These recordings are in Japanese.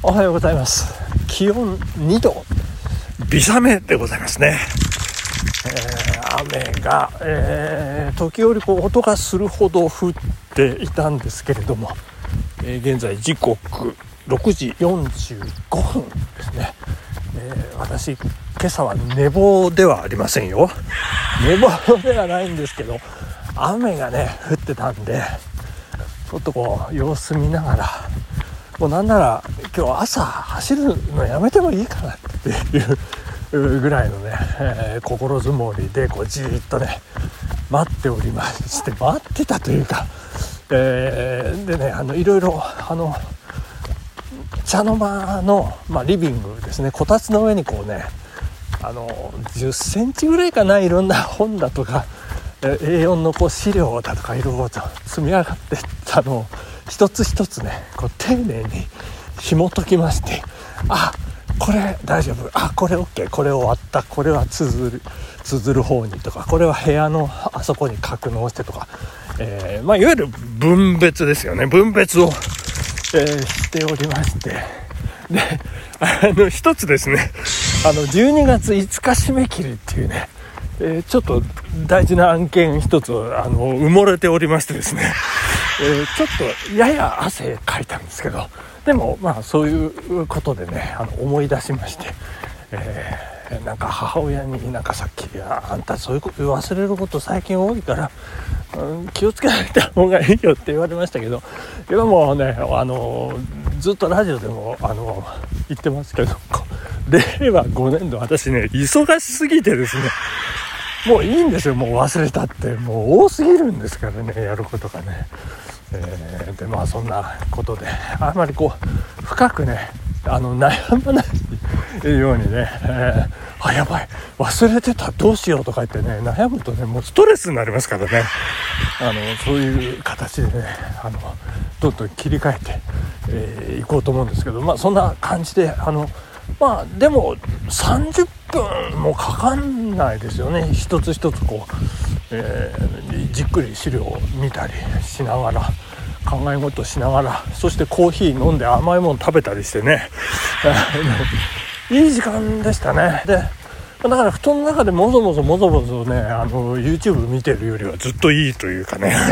おはようございます。気温2度、微雨でございますね。雨が、時折音がするほど降っていたんですけれども、現在時刻6時45分ですね。私今朝は寝坊ではありませんよ。寝坊ではないんですけど、雨がね降ってたんで、ちょっとこう様子見ながら、もうなんなら今日朝走るのやめてもいいかなっていうぐらいのね、心づもりでこうじーっとね待っておりまして、待ってたというか、でね、いろいろ茶の間の、リビングですね、こたつの上にこうね10センチぐらいかな、いろんな本だとかA4 のこう資料だとかいろいろ積み上がっていったのを一つ一つねこう丁寧に紐解きまして、これ大丈夫、これ OK、 これ終わった、これは綴る方にとか、これは部屋のあそこに格納してとか、いわゆる分別ですよね。分別を、しておりまして、で一つですね、12月5日締め切りっていうね、ちょっと大事な案件一つ埋もれておりましてですね、ちょっとやや汗かいたんですけど、でもそういうことでね思い出しまして、なんか母親にさっきあんたそういうこと忘れること最近多いから、気をつけないた方がいいよって言われましたけど、今もねずっとラジオでも言ってますけど、令和5年度私ね忙しすぎてですね、もういいんですよ、もう忘れたってもう多すぎるんですからね、やることがね。でそんなことであんまりこう深くね悩まないようにね、やばい忘れてたどうしようとか言ってね悩むとねもうストレスになりますからね、そういう形でねどんどん切り替えていこうと思うんですけど、そんな感じででも30分もかかんないですよね。一つ一つこう、じっくり資料を見たりしながら、考え事しながら、そしてコーヒー飲んで甘いもの食べたりしてねいい時間でしたね。でだから布団の中でもぞもぞねYouTube 見てるよりはずっといいというかね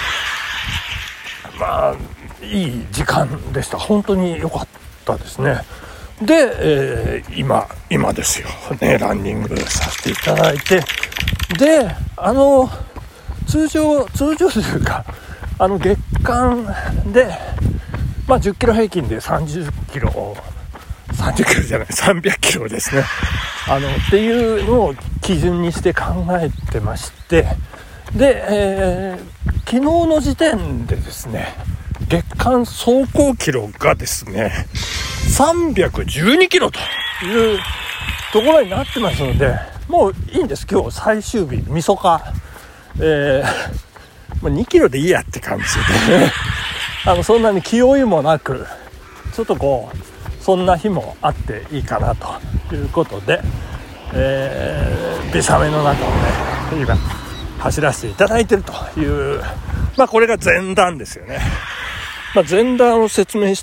いい時間でした。本当に良かったですね。で、今ですよね、ランニングさせていただいて、で通常というか月間で10キロ平均で30キロじゃない300キロですね、っていうのを基準にして考えてまして、で、昨日の時点でですね月間走行キロがですね312キロというところになってますので、もういいんです。今日最終日みそか、2キロでいいやって感じでそんなに気負いもなく、ちょっとこうそんな日もあっていいかなということで、微雨の中をね今走らせていただいているという、これが前段ですよね。前段を説明して、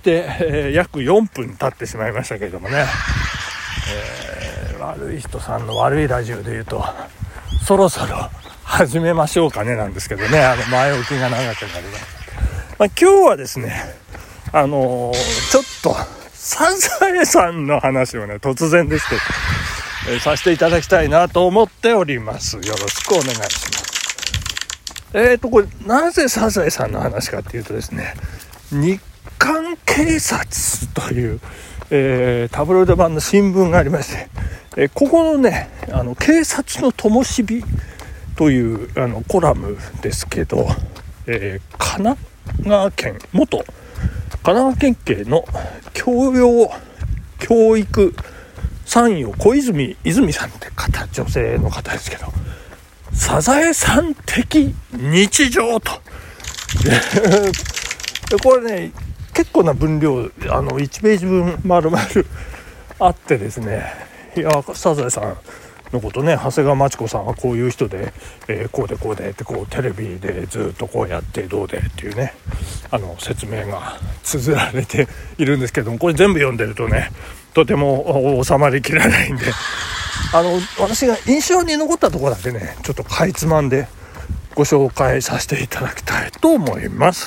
約4分経ってしまいましたけれどもね、悪い人さんの悪いラジオで言うとそろそろ始めましょうかねなんですけどね、前置きが長くなります。今日はですねちょっとサザエさんの話をね突然ですけど、させていただきたいなと思っております。よろしくお願いします。これなぜサザエさんの話かっていうとですね、日刊警察という、タブロイド版の新聞がありまして、ここのね警察の灯火というコラムですけど、神奈川県警の教育参与小泉さんって方、女性の方ですけど、サザエさん的日常とこれね結構な分量1ページ分丸々あってですね、いやサザエさんのことね、長谷川町子さんはこういう人で、こうでってこうテレビでずっとこうやってどうでっていうね、 説明が綴られているんですけども、これ全部読んでるとねとても収まりきらないんで、私が印象に残ったところだけねちょっとかいつまんでご紹介させていただきたいと思います。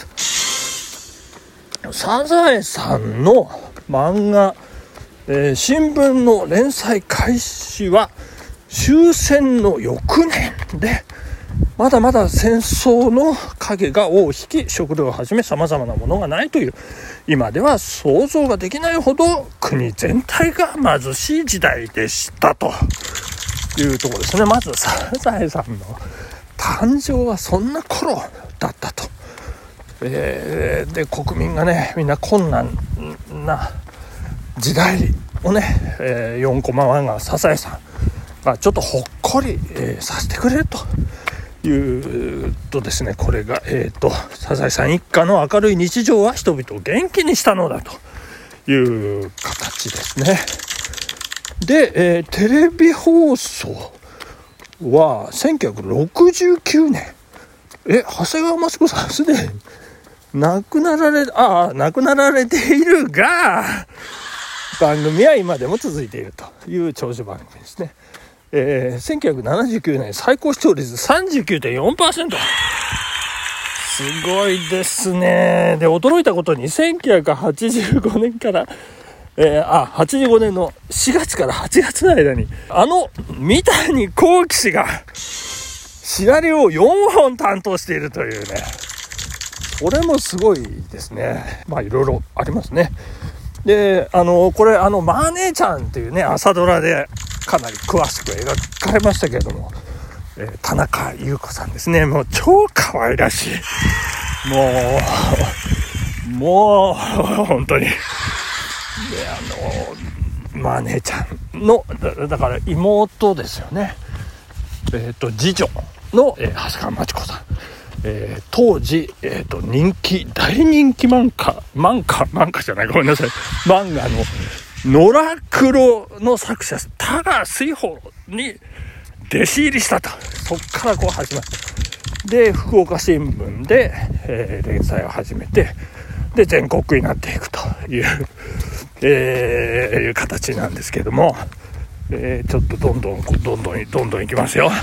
サザエさんの漫画、新聞の連載開始は終戦の翌年で、まだまだ戦争の影が尾を引き、食料をはじめさまざまなものがないという、今では想像ができないほど国全体が貧しい時代でしたというところですね。まずサザエさんの誕生はそんな頃だったと、で国民がねみんな困難な時代をね、4コマ漫画サザエさんがちょっとほっこり、させてくれるというとですね、これが、サザエさん一家の明るい日常は人々を元気にしたのだという形ですね。で、テレビ放送は1969年、長谷川町子さんすでに亡くなられているが、番組は今でも続いているという長寿番組ですね。1979年最高視聴率 39.4%、 すごいですね。で驚いたことに1985年から85年の4月から8月の間に三谷幸喜氏がシナリオを4本担当しているというね、これもすごいですね。まあいろいろありますね。でこれマー姉ちゃんっていうね朝ドラでかなり詳しく描かれましたけれども、田中裕子さんですね。もう超可愛らしい、もう本当にでマー姉ちゃんのだから妹ですよね。次女の、長谷川町子さん、当時、大人気漫画じゃない、ごめんなさい、漫画の野良黒の作者田川水穂に弟子入りしたと。そっからこう始まったで福岡新聞で、連載を始めて、で全国区になっていくという、いう形なんですけども、ちょっとどんどんいきますよ。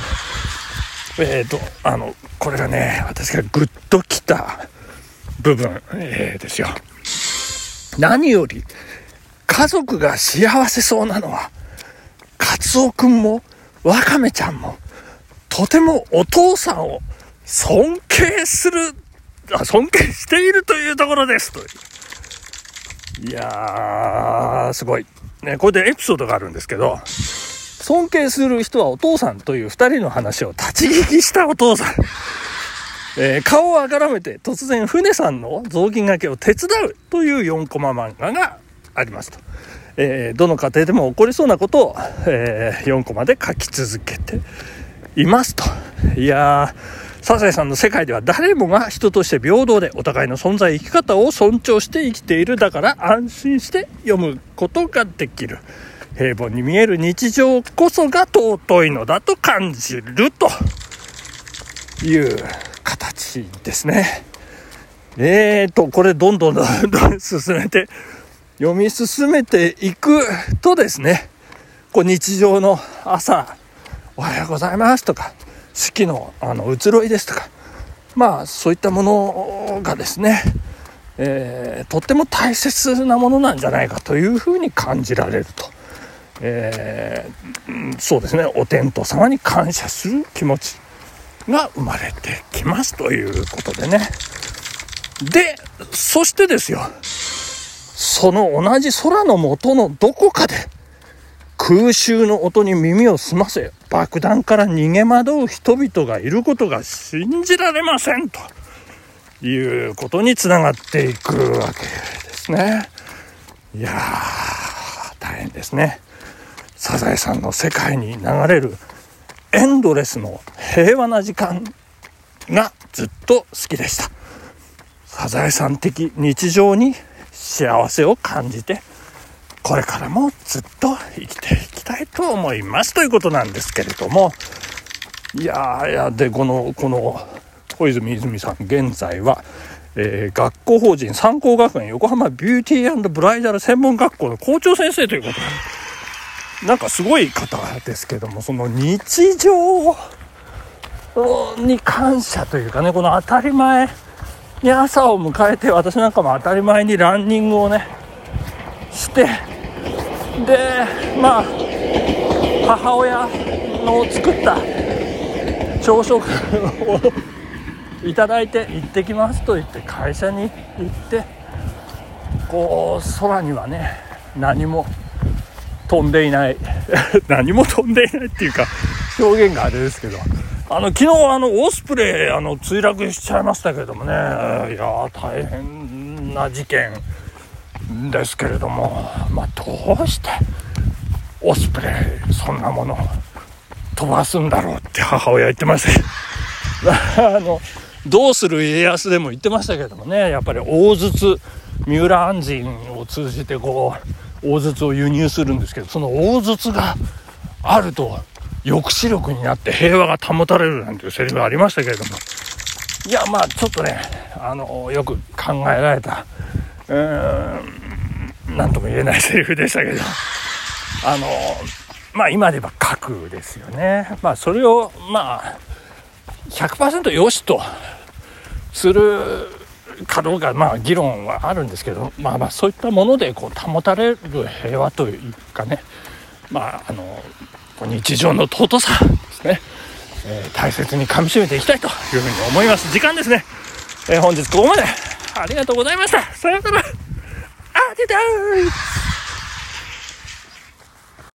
これがね私がグッときた部分、ですよ。何より家族が幸せそうなのはカツオくんもワカメちゃんもとてもお父さんを尊敬しているというところですという。いやーすごいね。これでエピソードがあるんですけど、尊敬する人はお父さんという2人の話を立ち聞きしたお父さん、顔をあからめて突然船さんの雑巾がけを手伝うという4コマ漫画がありますと。どの家庭でも起こりそうなことを、4コマで書き続けていますと。いやー、サザエさんの世界では誰もが人として平等でお互いの存在生き方を尊重して生きている。だから安心して読むことができる。平凡に見える日常こそが尊いのだと感じるという形ですね。これどんどん進めて読み進めていくとですね、こう日常の朝おはようございますとか四季の移ろいですとか、まあそういったものがですね、とっても大切なものなんじゃないかというふうに感じられると。そうですね、お天道様に感謝する気持ちが生まれてきますということでね。でそしてですよ、その同じ空の下のどこかで空襲の音に耳を澄ませ爆弾から逃げ惑う人々がいることが信じられませんということにつながっていくわけですね。いやー大変ですね。サザエさんの世界に流れるエンドレスの平和な時間がずっと好きでした。サザエさん的日常に幸せを感じて、これからもずっと生きていきたいと思いますということなんですけれども、いやでこの小泉さん現在は学校法人三高学園横浜ビューティー&ブライダル専門学校の校長先生ということで、なんかすごい方ですけども、その日常に感謝というかね、この当たり前に朝を迎えて、私なんかも当たり前にランニングをねして、でまあ母親の作った朝食をいただいて行ってきますと言って会社に行って、こう空にはね何も飛んでいない何も飛んでいないっていうか表現があれですけど、昨日オスプレイ墜落しちゃいましたけれどもね、いや大変な事件ですけれども、どうしてオスプレイそんなもの飛ばすんだろうって母親言ってましたけどどうする家康でも言ってましたけどもね、やっぱり大筒三浦按針を通じてこう大筒を輸入するんですけど、その大筒があると抑止力になって平和が保たれるなんていうセリフがありましたけれども、いやちょっとねよく考えられたなんとも言えないセリフでしたけど、今で言えば核ですよね。それを100% 良しとするかどうか議論はあるんですけど、そういったものでこう保たれる平和というかね、日常の尊さですね、大切にかみしめていきたいというふうに思います。時間ですね。本日ここまでありがとうございました。さようなら。ありがとう。